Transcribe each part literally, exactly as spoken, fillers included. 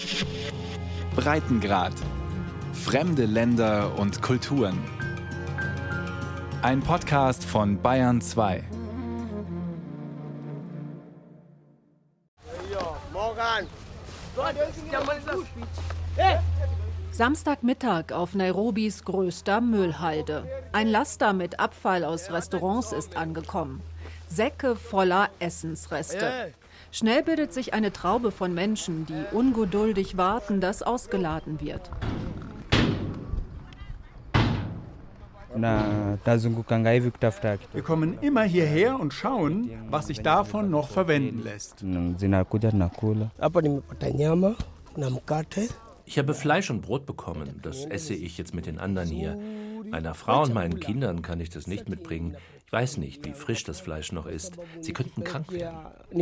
Breitengrad. Fremde Länder und Kulturen. Ein Podcast von Bayern zwei. Samstagmittag auf Nairobis größter Müllhalde. Ein Laster mit Abfall aus Restaurants ist angekommen. Säcke voller Essensreste. Schnell bildet sich eine Traube von Menschen, die ungeduldig warten, dass ausgeladen wird. Wir kommen immer hierher und schauen, was sich davon noch verwenden lässt. Ich habe Fleisch und Brot bekommen. Das esse ich jetzt mit den anderen hier. Meiner Frau und meinen Kindern kann ich das nicht mitbringen. Ich weiß nicht, wie frisch das Fleisch noch ist. Sie könnten krank werden.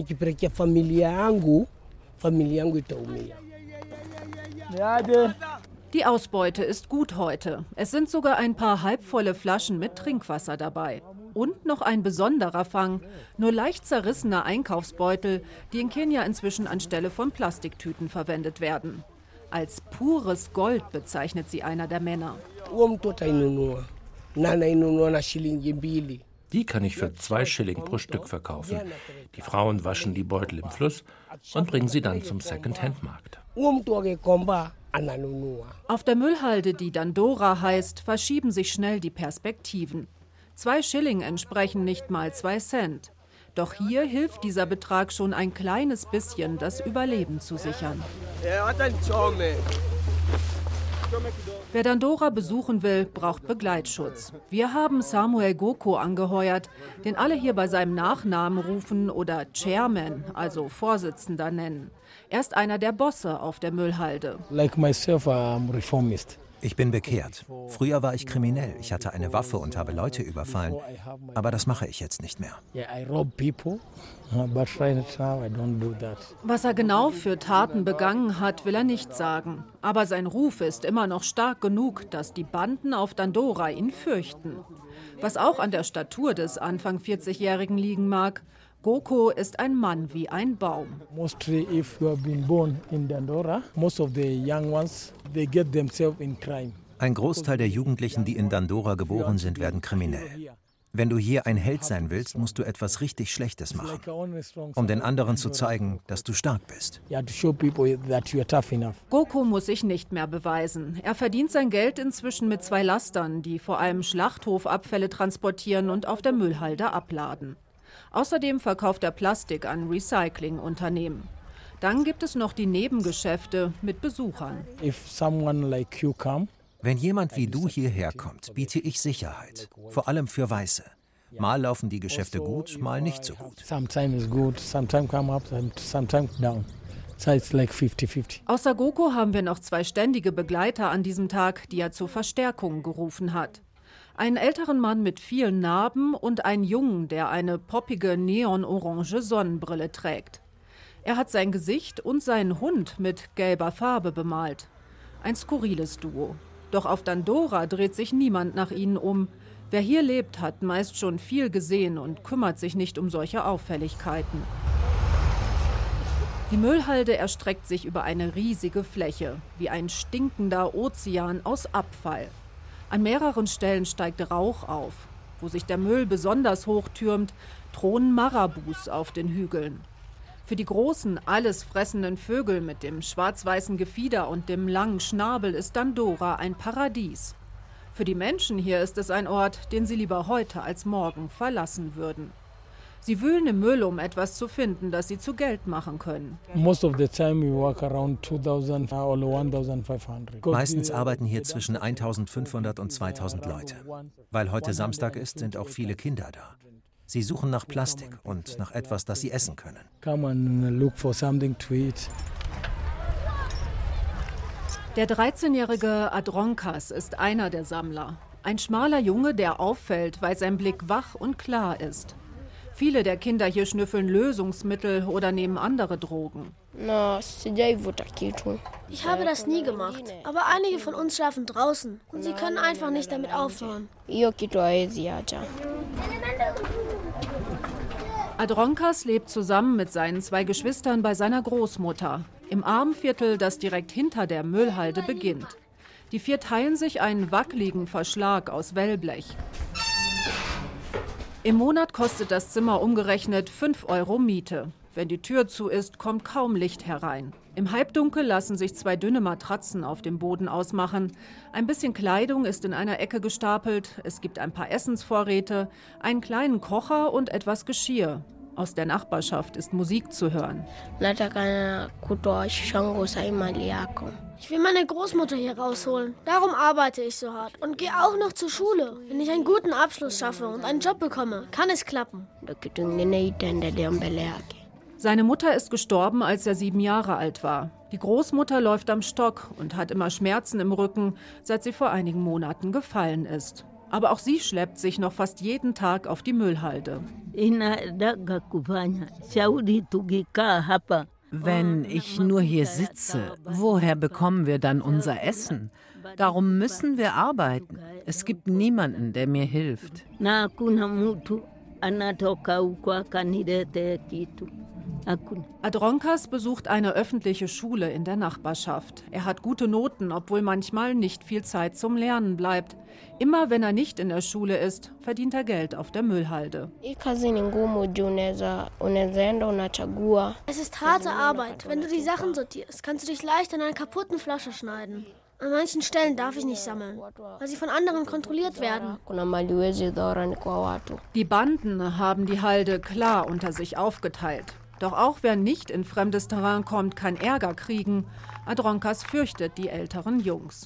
Die Ausbeute ist gut heute. Es sind sogar ein paar halbvolle Flaschen mit Trinkwasser dabei. Und noch ein besonderer Fang, nur leicht zerrissener Einkaufsbeutel, die in Kenia inzwischen anstelle von Plastiktüten verwendet werden. Als pures Gold bezeichnet sie einer der Männer. Die kann ich für zwei Schilling pro Stück verkaufen. Die Frauen waschen die Beutel im Fluss und bringen sie dann zum Second-Hand-Markt. Auf der Müllhalde, die Dandora heißt, verschieben sich schnell die Perspektiven. Zwei Schilling entsprechen nicht mal zwei Cent. Doch hier hilft dieser Betrag schon ein kleines bisschen, das Überleben zu sichern. Wer Dandora besuchen will, braucht Begleitschutz. Wir haben Samuel Goko angeheuert, den alle hier bei seinem Nachnamen rufen oder Chairman, also Vorsitzender, nennen. Er ist einer der Bosse auf der Müllhalde. Like myself, I'm reformist. Ich bin bekehrt. Früher war ich kriminell. Ich hatte eine Waffe und habe Leute überfallen. Aber das mache ich jetzt nicht mehr. Was er genau für Taten begangen hat, will er nicht sagen. Aber sein Ruf ist immer noch stark genug, dass die Banden auf Dandora ihn fürchten. Was auch an der Statur des Anfang vierzigjährigen liegen mag. Goko ist ein Mann wie ein Baum. Mostly if you have been born in Dandora, most of the young ones, they get themselves in crime. Ein Großteil der Jugendlichen, die in Dandora geboren sind, werden kriminell. Wenn du hier ein Held sein willst, musst du etwas richtig Schlechtes machen, um den anderen zu zeigen, dass du stark bist. Goko muss sich nicht mehr beweisen. Er verdient sein Geld inzwischen mit zwei Lastern, die vor allem Schlachthofabfälle transportieren und auf der Müllhalde abladen. Außerdem verkauft er Plastik an Recyclingunternehmen. Dann gibt es noch die Nebengeschäfte mit Besuchern. Wenn jemand wie du hierher kommt, biete ich Sicherheit, vor allem für Weiße. Mal laufen die Geschäfte gut, mal nicht so gut. Außer Goko haben wir noch zwei ständige Begleiter an diesem Tag, die er zur Verstärkung gerufen hat. Einen älteren Mann mit vielen Narben und einen Jungen, der eine poppige neonorange Sonnenbrille trägt. Er hat sein Gesicht und seinen Hund mit gelber Farbe bemalt. Ein skurriles Duo. Doch auf Dandora dreht sich niemand nach ihnen um. Wer hier lebt, hat meist schon viel gesehen und kümmert sich nicht um solche Auffälligkeiten. Die Müllhalde erstreckt sich über eine riesige Fläche, wie ein stinkender Ozean aus Abfall. An mehreren Stellen steigt Rauch auf. Wo sich der Müll besonders hoch türmt, thronen Marabus auf den Hügeln. Für die großen, alles fressenden Vögel mit dem schwarz-weißen Gefieder und dem langen Schnabel ist Dandora ein Paradies. Für die Menschen hier ist es ein Ort, den sie lieber heute als morgen verlassen würden. Sie wühlen im Müll, um etwas zu finden, das sie zu Geld machen können. Meistens arbeiten hier zwischen eintausendfünfhundert und zweitausend Leute. Weil heute Samstag ist, sind auch viele Kinder da. Sie suchen nach Plastik und nach etwas, das sie essen können. Der dreizehnjährige Adronkas ist einer der Sammler. Ein schmaler Junge, der auffällt, weil sein Blick wach und klar ist. Viele der Kinder hier schnüffeln Lösungsmittel oder nehmen andere Drogen. Ich habe das nie gemacht, aber einige von uns schlafen draußen und sie können einfach nicht damit aufhören. Adronkas lebt zusammen mit seinen zwei Geschwistern bei seiner Großmutter. im Armenviertel, das direkt hinter der Müllhalde beginnt. Die vier teilen sich einen wackeligen Verschlag aus Wellblech. Im Monat kostet das Zimmer umgerechnet fünf Euro Miete. Wenn die Tür zu ist, kommt kaum Licht herein. Im Halbdunkel lassen sich zwei dünne Matratzen auf dem Boden ausmachen. Ein bisschen Kleidung ist in einer Ecke gestapelt. Es gibt ein paar Essensvorräte, einen kleinen Kocher und etwas Geschirr. Aus der Nachbarschaft ist Musik zu hören. Ich will meine Großmutter hier rausholen. Darum arbeite ich so hart und gehe auch noch zur Schule. Wenn ich einen guten Abschluss schaffe und einen Job bekomme, kann es klappen. Seine Mutter ist gestorben, als er sieben Jahre alt war. Die Großmutter läuft am Stock und hat immer Schmerzen im Rücken, seit sie vor einigen Monaten gefallen ist. Aber auch sie schleppt sich noch fast jeden Tag auf die Müllhalde. Wenn ich nur hier sitze, woher bekommen wir dann unser Essen? Darum müssen wir arbeiten. Es gibt niemanden, der mir hilft. Adronkas besucht eine öffentliche Schule in der Nachbarschaft. Er hat gute Noten, obwohl manchmal nicht viel Zeit zum Lernen bleibt. Immer wenn er nicht in der Schule ist, verdient er Geld auf der Müllhalde. Es ist harte Arbeit. Wenn du die Sachen sortierst, kannst du dich leicht an einer kaputten Flasche schneiden. An manchen Stellen darf ich nicht sammeln, weil sie von anderen kontrolliert werden. Die Banden haben die Halde klar unter sich aufgeteilt. Doch auch wer nicht in fremdes Terrain kommt, kann Ärger kriegen. Adronkas fürchtet die älteren Jungs.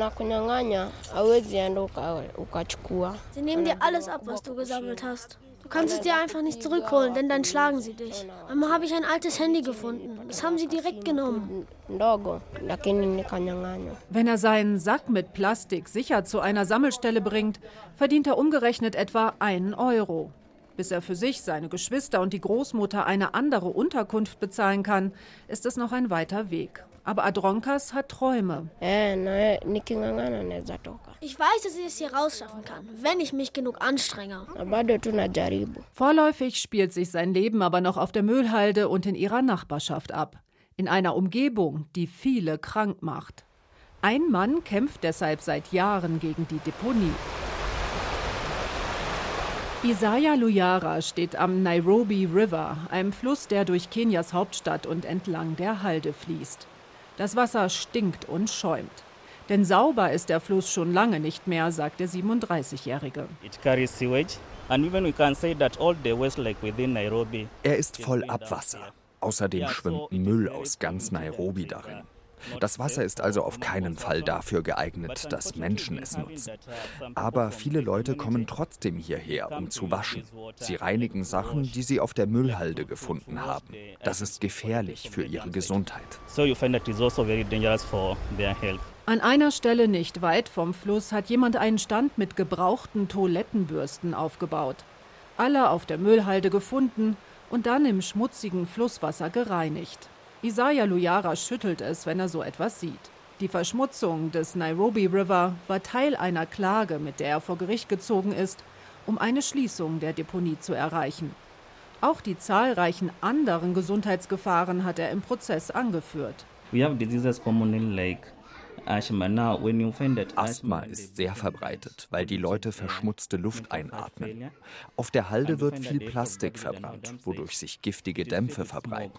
Sie nehmen dir alles ab, was du gesammelt hast. Du kannst es dir einfach nicht zurückholen, denn dann schlagen sie dich. Einmal habe ich ein altes Handy gefunden. Das haben sie direkt genommen. Wenn er seinen Sack mit Plastik sicher zu einer Sammelstelle bringt, verdient er umgerechnet etwa einen Euro. Bis er für sich, seine Geschwister und die Großmutter eine andere Unterkunft bezahlen kann, ist es noch ein weiter Weg. Aber Adronkas hat Träume. Ich weiß, dass ich es hier rausschaffen kann, wenn ich mich genug anstrenge. Vorläufig spielt sich sein Leben aber noch auf der Müllhalde und in ihrer Nachbarschaft ab. In einer Umgebung, die viele krank macht. Ein Mann kämpft deshalb seit Jahren gegen die Deponie. Isaiah Luyara steht am Nairobi River, einem Fluss, der durch Kenias Hauptstadt und entlang der Halde fließt. Das Wasser stinkt und schäumt. Denn sauber ist der Fluss schon lange nicht mehr, sagt der siebenunddreißigjährige. Er ist voll Abwasser. Außerdem schwimmt Müll aus ganz Nairobi darin. Das Wasser ist also auf keinen Fall dafür geeignet, dass Menschen es nutzen. Aber viele Leute kommen trotzdem hierher, um zu waschen. Sie reinigen Sachen, die sie auf der Müllhalde gefunden haben. Das ist gefährlich für ihre Gesundheit. An einer Stelle nicht weit vom Fluss hat jemand einen Stand mit gebrauchten Toilettenbürsten aufgebaut. Alle auf der Müllhalde gefunden und dann im schmutzigen Flusswasser gereinigt. Isaiah Luyara schüttelt es, wenn er so etwas sieht. Die Verschmutzung des Nairobi River war Teil einer Klage, mit der er vor Gericht gezogen ist, um eine Schließung der Deponie zu erreichen. Auch die zahlreichen anderen Gesundheitsgefahren hat er im Prozess angeführt. We have diseases commonly like Asthma ist sehr verbreitet, weil die Leute verschmutzte Luft einatmen. Auf der Halde wird viel Plastik verbrannt, wodurch sich giftige Dämpfe verbreiten.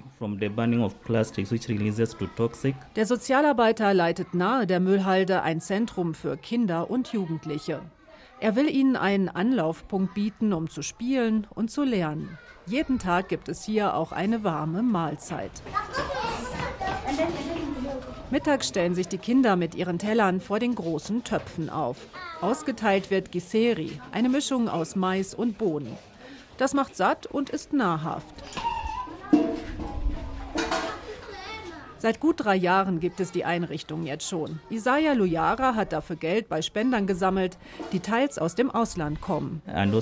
Der Sozialarbeiter leitet nahe der Müllhalde ein Zentrum für Kinder und Jugendliche. Er will ihnen einen Anlaufpunkt bieten, um zu spielen und zu lernen. Jeden Tag gibt es hier auch eine warme Mahlzeit. Mittags stellen sich die Kinder mit ihren Tellern vor den großen Töpfen auf. Ausgeteilt wird Giseri, eine Mischung aus Mais und Bohnen. Das macht satt und ist nahrhaft. Seit gut drei Jahren gibt es die Einrichtung jetzt schon. Isaiah Luyara hat dafür Geld bei Spendern gesammelt, die teils aus dem Ausland kommen.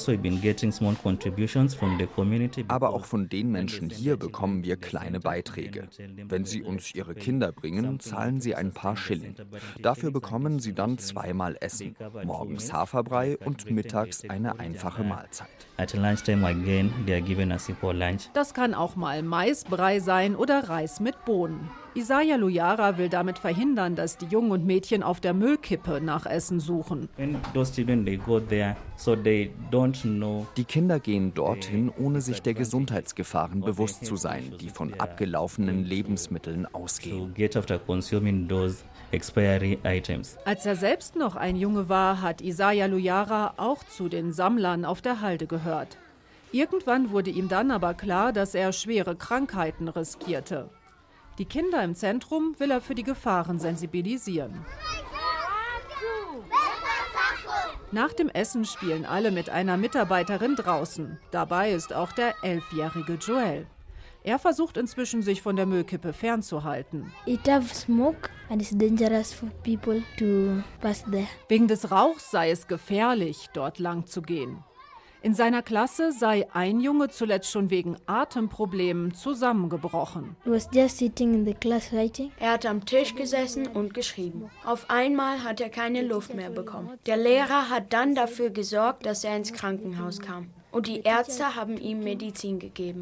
Aber auch von den Menschen hier bekommen wir kleine Beiträge. Wenn sie uns ihre Kinder bringen, zahlen sie ein paar Schilling. Dafür bekommen sie dann zweimal Essen. Morgens Haferbrei und mittags eine einfache Mahlzeit. Das kann auch mal Maisbrei sein oder Reis mit Bohnen. Isaiah Luyara will damit verhindern, dass die Jungen und Mädchen auf der Müllkippe nach Essen suchen. Die Kinder gehen dorthin, ohne sich der Gesundheitsgefahren bewusst zu sein, die von abgelaufenen Lebensmitteln ausgehen. Als er selbst noch ein Junge war, hat Isaiah Luyara auch zu den Sammlern auf der Halde gehört. Irgendwann wurde ihm dann aber klar, dass er schwere Krankheiten riskierte. Die Kinder im Zentrum will er für die Gefahren sensibilisieren. Nach dem Essen spielen alle mit einer Mitarbeiterin draußen. Dabei ist auch der elfjährige Joel. Er versucht inzwischen, sich von der Müllkippe fernzuhalten. Wegen des Rauchs sei es gefährlich, dort lang zu gehen. In seiner Klasse sei ein Junge zuletzt schon wegen Atemproblemen zusammengebrochen. Er hat am Tisch gesessen und geschrieben. Auf einmal hat er keine Luft mehr bekommen. Der Lehrer hat dann dafür gesorgt, dass er ins Krankenhaus kam. Und die Ärzte haben ihm Medizin gegeben.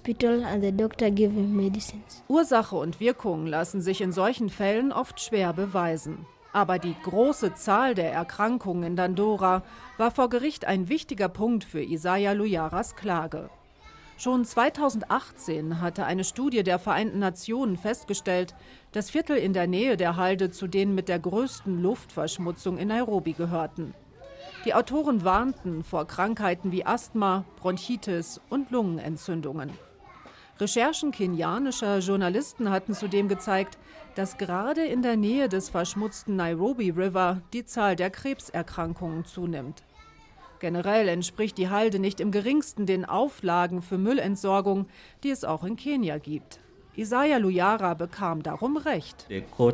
Ursache und Wirkung lassen sich in solchen Fällen oft schwer beweisen. Aber die große Zahl der Erkrankungen in Dandora war vor Gericht ein wichtiger Punkt für Isaiah Luyaras Klage. Schon zweitausendachtzehn hatte eine Studie der Vereinten Nationen festgestellt, dass Viertel in der Nähe der Halde zu denen mit der größten Luftverschmutzung in Nairobi gehörten. Die Autoren warnten vor Krankheiten wie Asthma, Bronchitis und Lungenentzündungen. Recherchen kenianischer Journalisten hatten zudem gezeigt, dass gerade in der Nähe des verschmutzten Nairobi River die Zahl der Krebserkrankungen zunimmt. Generell entspricht die Halde nicht im geringsten den Auflagen für Müllentsorgung, die es auch in Kenia gibt. Isaiah Luyara bekam darum Recht.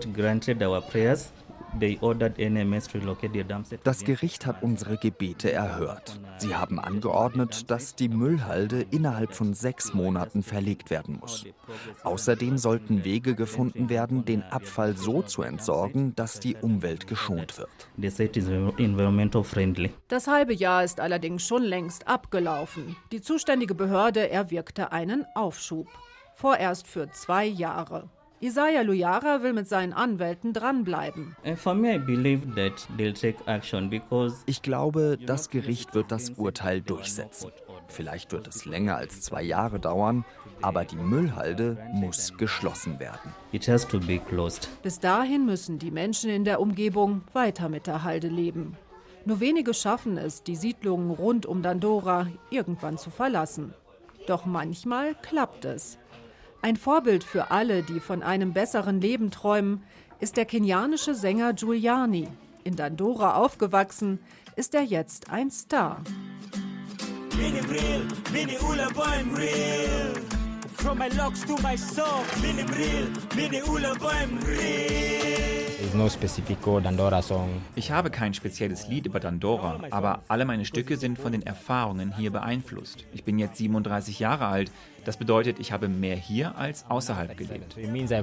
Das Gericht hat unsere Gebete erhört. Sie haben angeordnet, dass die Müllhalde innerhalb von sechs Monaten verlegt werden muss. Außerdem sollten Wege gefunden werden, den Abfall so zu entsorgen, dass die Umwelt geschont wird. Das halbe Jahr ist allerdings schon längst abgelaufen. Die zuständige Behörde erwirkte einen Aufschub. Vorerst für zwei Jahre. Isaiah Luyara will mit seinen Anwälten dranbleiben. Ich glaube, das Gericht wird das Urteil durchsetzen. Vielleicht wird es länger als zwei Jahre dauern, aber die Müllhalde muss geschlossen werden. Bis dahin müssen die Menschen in der Umgebung weiter mit der Halde leben. Nur wenige schaffen es, die Siedlungen rund um Dandora irgendwann zu verlassen. Doch manchmal klappt es. Ein Vorbild für alle, die von einem besseren Leben träumen, ist der kenianische Sänger Juliani. In Dandora aufgewachsen, ist er jetzt ein Star. Ich habe kein spezielles Lied über Dandora, aber alle meine Stücke sind von den Erfahrungen hier beeinflusst. Ich bin jetzt siebenunddreißig Jahre alt. Das bedeutet, ich habe mehr hier als außerhalb gelebt.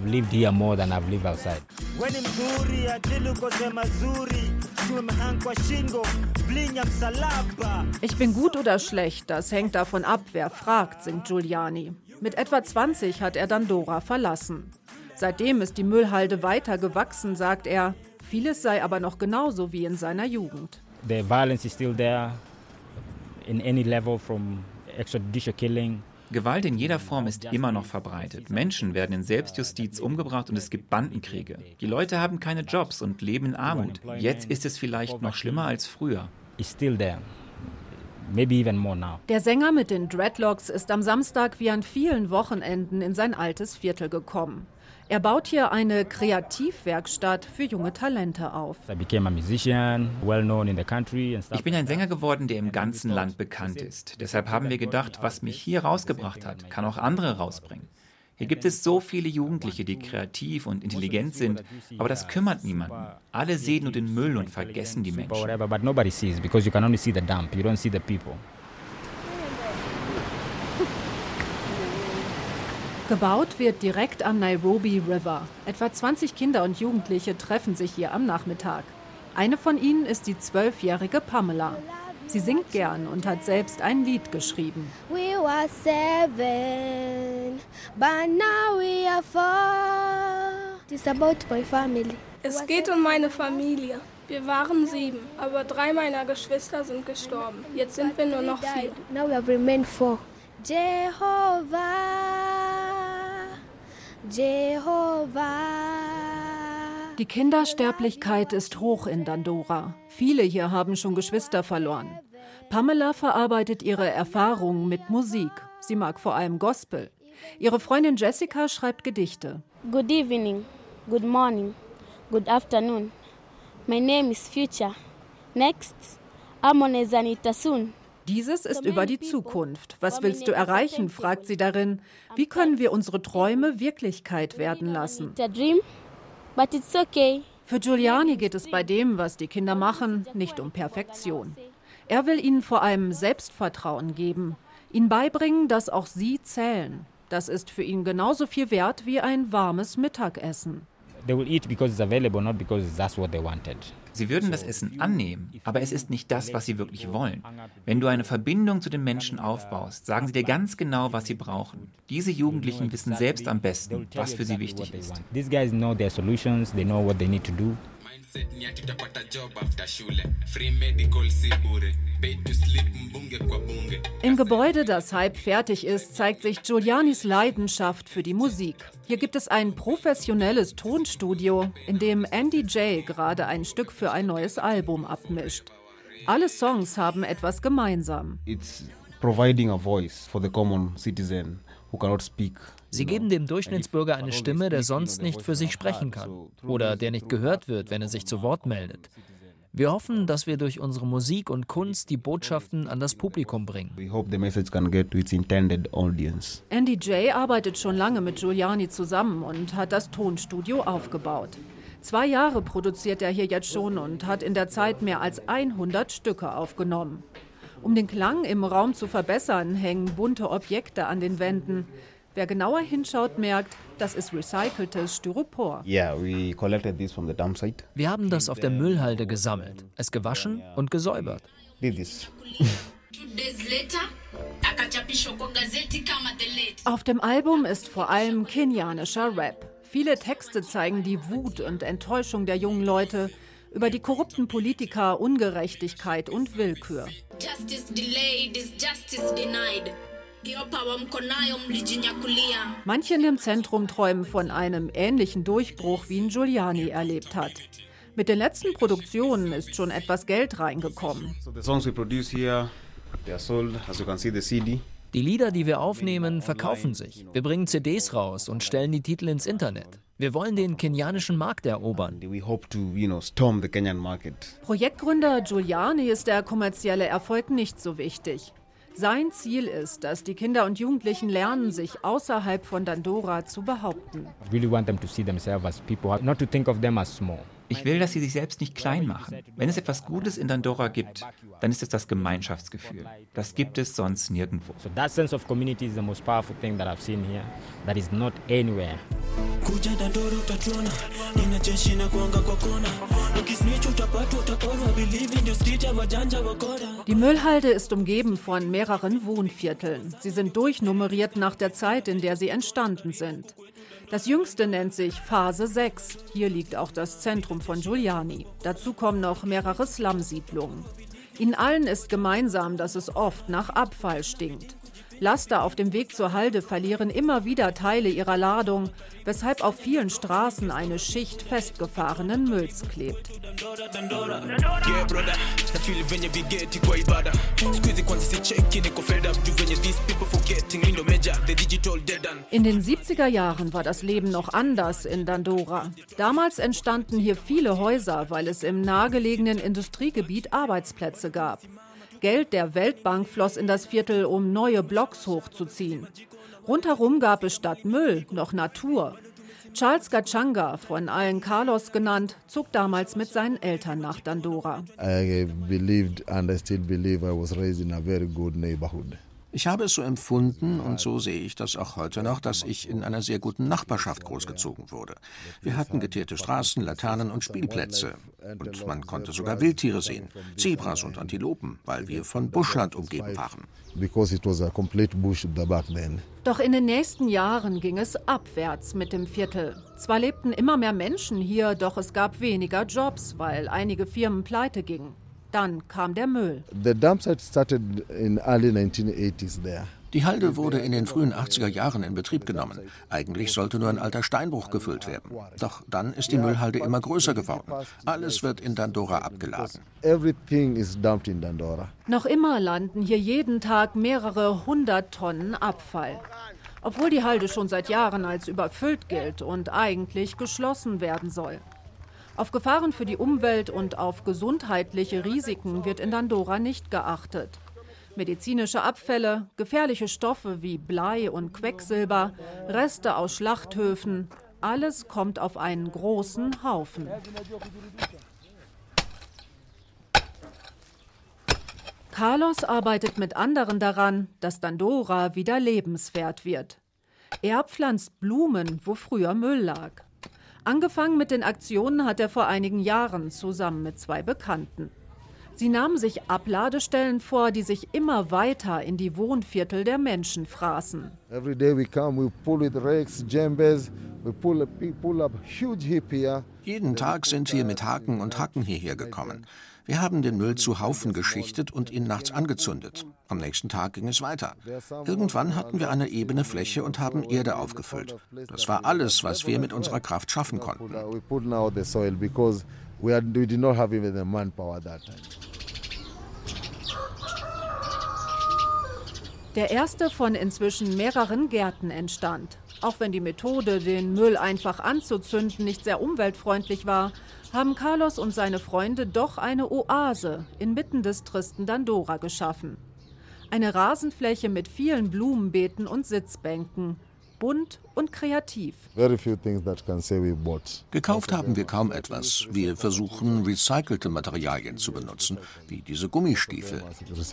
Ich bin gut oder schlecht, das hängt davon ab, wer fragt, singt Juliani. Mit etwa zwanzig hat er Dandora verlassen. Seitdem ist die Müllhalde weiter gewachsen, sagt er. Vieles sei aber noch genauso wie in seiner Jugend. The violence is still there in any level, from extrajudicial killing. Gewalt in jeder Form ist immer noch verbreitet. Menschen werden in Selbstjustiz umgebracht und es gibt Bandenkriege. Die Leute haben keine Jobs und leben in Armut. Jetzt ist es vielleicht noch schlimmer als früher. It's still there. Maybe even more now. Der Sänger mit den Dreadlocks ist am Samstag wie an vielen Wochenenden in sein altes Viertel gekommen. Er baut hier eine Kreativwerkstatt für junge Talente auf. Ich bin ein Sänger geworden, der im ganzen Land bekannt ist. Deshalb haben wir gedacht, was mich hier rausgebracht hat, kann auch andere rausbringen. Hier gibt es so viele Jugendliche, die kreativ und intelligent sind, aber das kümmert niemanden. Alle sehen nur den Müll und vergessen die Menschen. Gebaut wird direkt am Nairobi River. Etwa zwanzig Kinder und Jugendliche treffen sich hier am Nachmittag. Eine von ihnen ist die zwölfjährige Pamela. Sie singt gern und hat selbst ein Lied geschrieben. We were seven, but now we are four. It's about my family. Es geht um meine Familie. Wir waren sieben, aber drei meiner Geschwister sind gestorben. Jetzt sind wir nur noch vier. Now we have remained four. Jehovah, Jehovah. Die Kindersterblichkeit ist hoch in Dandora. Viele hier haben schon Geschwister verloren. Pamela verarbeitet ihre Erfahrungen mit Musik. Sie mag vor allem Gospel. Ihre Freundin Jessica schreibt Gedichte. Good evening, good morning, good afternoon. My name is Future. Next, Amone Zanita soon. Dieses ist über die Zukunft. Was willst du erreichen, fragt sie darin. Wie können wir unsere Träume Wirklichkeit werden lassen? But it's okay. Für Giuliani geht es bei dem, was die Kinder machen, nicht um Perfektion. Er will ihnen vor allem Selbstvertrauen geben, ihnen beibringen, dass auch sie zählen. Das ist für ihn genauso viel wert wie ein warmes Mittagessen. They will eat because it's available, not because that's what they wanted. Sie würden das Essen annehmen, aber es ist nicht das, was sie wirklich wollen. Wenn du eine Verbindung zu den Menschen aufbaust, sagen sie dir ganz genau, was sie brauchen. Diese Jugendlichen wissen selbst am besten, was für sie wichtig ist. These guys know their solutions, they know what they need to do. Im Gebäude, das halb fertig ist, zeigt sich Giulianis Leidenschaft für die Musik. Hier gibt es ein professionelles Tonstudio, in dem Andy J. gerade ein Stück für ein neues Album abmischt. Alle Songs haben etwas gemeinsam. It's providing a voice for the common citizen who cannot speak. Sie geben dem Durchschnittsbürger eine Stimme, der sonst nicht für sich sprechen kann oder der nicht gehört wird, wenn er sich zu Wort meldet. Wir hoffen, dass wir durch unsere Musik und Kunst die Botschaften an das Publikum bringen. Andy J. arbeitet schon lange mit Giuliani zusammen und hat das Tonstudio aufgebaut. Zwei Jahre produziert er hier jetzt schon und hat in der Zeit mehr als hundert Stücke aufgenommen. Um den Klang im Raum zu verbessern, hängen bunte Objekte an den Wänden. Wer genauer hinschaut, merkt, das ist recyceltes Styropor. Wir haben das auf der Müllhalde gesammelt, es gewaschen und gesäubert. Auf dem Album ist vor allem kenianischer Rap. Viele Texte zeigen die Wut und Enttäuschung der jungen Leute über die korrupten Politiker, Ungerechtigkeit und Willkür. Justice delayed is justice denied. Manche in dem Zentrum träumen von einem ähnlichen Durchbruch, wie ihn Giuliani erlebt hat. Mit den letzten Produktionen ist schon etwas Geld reingekommen. Die Lieder, die wir aufnehmen, verkaufen sich. Wir bringen C Ds raus und stellen die Titel ins Internet. Wir wollen den kenianischen Markt erobern. Projektgründer Giuliani ist der kommerzielle Erfolg nicht so wichtig. Sein Ziel ist, dass die Kinder und Jugendlichen lernen, sich außerhalb von Dandora zu behaupten. Ich will, dass sie sich selbst nicht klein machen. Wenn es etwas Gutes in Dandora gibt, dann ist es das Gemeinschaftsgefühl. Das gibt es sonst nirgendwo. So that sense of community is the most powerful thing that I've seen here. That is not anywhere. Kuja Dandora utatuona, nina jeshi na kuanga kwa kona. Ukisnitch utapata utaporwa, believe in your street ya wajanja wakora. Die Müllhalde ist umgeben von mehreren Wohnvierteln. Sie sind durchnummeriert nach der Zeit, in der sie entstanden sind. Das jüngste nennt sich Phase sechs. Hier liegt auch das Zentrum von Giuliani. Dazu kommen noch mehrere Slumsiedlungen. Ihnen allen ist gemeinsam, dass es oft nach Abfall stinkt. Laster auf dem Weg zur Halde verlieren immer wieder Teile ihrer Ladung, weshalb auf vielen Straßen eine Schicht festgefahrenen Mülls klebt. In den siebziger Jahren war das Leben noch anders in Dandora. Damals entstanden hier viele Häuser, weil es im nahegelegenen Industriegebiet Arbeitsplätze gab. Geld der Weltbank floss in das Viertel, um neue Blocks hochzuziehen. Rundherum gab es statt Müll noch Natur. Charles Gachanga, von allen Carlos genannt, zog damals mit seinen Eltern nach Dandora. I believed and I still believe I was raised in a very good neighborhood. Ich habe es so empfunden, und so sehe ich das auch heute noch, dass ich in einer sehr guten Nachbarschaft großgezogen wurde. Wir hatten geteerte Straßen, Laternen und Spielplätze. Und man konnte sogar Wildtiere sehen, Zebras und Antilopen, weil wir von Buschland umgeben waren. Doch in den nächsten Jahren ging es abwärts mit dem Viertel. Zwar lebten immer mehr Menschen hier, doch es gab weniger Jobs, weil einige Firmen pleite gingen. Dann kam der Müll. Die Halde wurde in den frühen achtziger Jahren in Betrieb genommen. Eigentlich sollte nur ein alter Steinbruch gefüllt werden. Doch dann ist die Müllhalde immer größer geworden. Alles wird in Dandora abgeladen. Noch immer landen hier jeden Tag mehrere hundert Tonnen Abfall. Obwohl die Halde schon seit Jahren als überfüllt gilt und eigentlich geschlossen werden soll. Auf Gefahren für die Umwelt und auf gesundheitliche Risiken wird in Dandora nicht geachtet. Medizinische Abfälle, gefährliche Stoffe wie Blei und Quecksilber, Reste aus Schlachthöfen, alles kommt auf einen großen Haufen. Carlos arbeitet mit anderen daran, dass Dandora wieder lebenswert wird. Er pflanzt Blumen, wo früher Müll lag. Angefangen mit den Aktionen hat er vor einigen Jahren zusammen mit zwei Bekannten. Sie nahmen sich Abladestellen vor, die sich immer weiter in die Wohnviertel der Menschen fraßen. Jeden Tag sind wir mit Haken und Hacken hierher gekommen. Wir haben den Müll zu Haufen geschichtet und ihn nachts angezündet. Am nächsten Tag ging es weiter. Irgendwann hatten wir eine ebene Fläche und haben Erde aufgefüllt. Das war alles, was wir mit unserer Kraft schaffen konnten. Der erste von inzwischen mehreren Gärten entstand. Auch wenn die Methode, den Müll einfach anzuzünden, nicht sehr umweltfreundlich war, haben Carlos und seine Freunde doch eine Oase inmitten des tristen Dandora geschaffen. Eine Rasenfläche mit vielen Blumenbeeten und Sitzbänken. Bunt und kreativ. Gekauft haben wir kaum etwas. Wir versuchen, recycelte Materialien zu benutzen, wie diese Gummistiefel.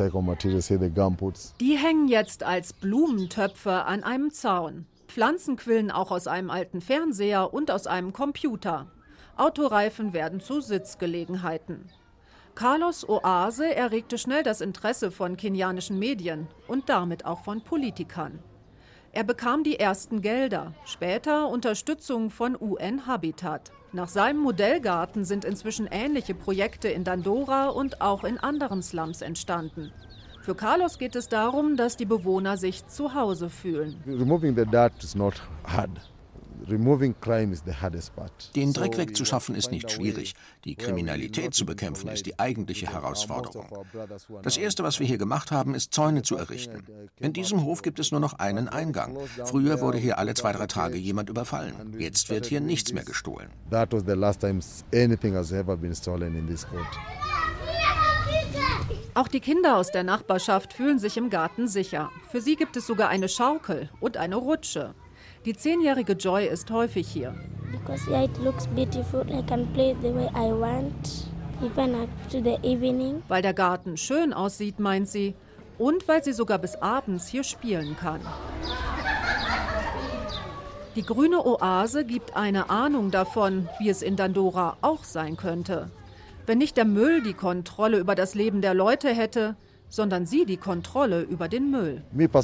Die hängen jetzt als Blumentöpfe an einem Zaun. Pflanzen quillen auch aus einem alten Fernseher und aus einem Computer. Autoreifen werden zu Sitzgelegenheiten. Carlos' Oase erregte schnell das Interesse von kenianischen Medien und damit auch von Politikern. Er bekam die ersten Gelder, später Unterstützung von U N-Habitat. Nach seinem Modellgarten sind inzwischen ähnliche Projekte in Dandora und auch in anderen Slums entstanden. Für Carlos geht es darum, dass die Bewohner sich zu Hause fühlen. Den Dreck wegzuschaffen ist nicht schwierig. Die Kriminalität zu bekämpfen ist die eigentliche Herausforderung. Das Erste, was wir hier gemacht haben, ist Zäune zu errichten. In diesem Hof gibt es nur noch einen Eingang. Früher wurde hier alle zwei, drei Tage jemand überfallen. Jetzt wird hier nichts mehr gestohlen. Auch die Kinder aus der Nachbarschaft fühlen sich im Garten sicher. Für sie gibt es sogar eine Schaukel und eine Rutsche. Die zehnjährige Joy ist häufig hier. Weil der Garten schön aussieht, meint sie, und weil sie sogar bis abends hier spielen kann. Die grüne Oase gibt eine Ahnung davon, wie es in Dandora auch sein könnte. Wenn nicht der Müll die Kontrolle über das Leben der Leute hätte, sondern sie die Kontrolle über den Müll.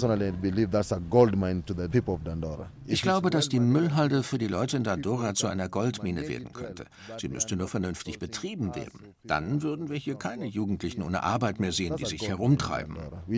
Ich glaube, dass die Müllhalde für die Leute in Dandora zu einer Goldmine werden könnte. Sie müsste nur vernünftig betrieben werden. Dann würden wir hier keine Jugendlichen ohne Arbeit mehr sehen, die sich herumtreiben.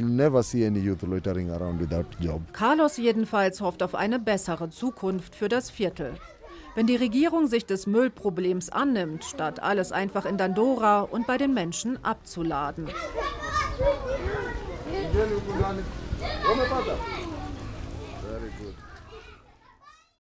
Carlos jedenfalls hofft auf eine bessere Zukunft für das Viertel. Wenn die Regierung sich des Müllproblems annimmt, statt alles einfach in Dandora und bei den Menschen abzuladen. Very good.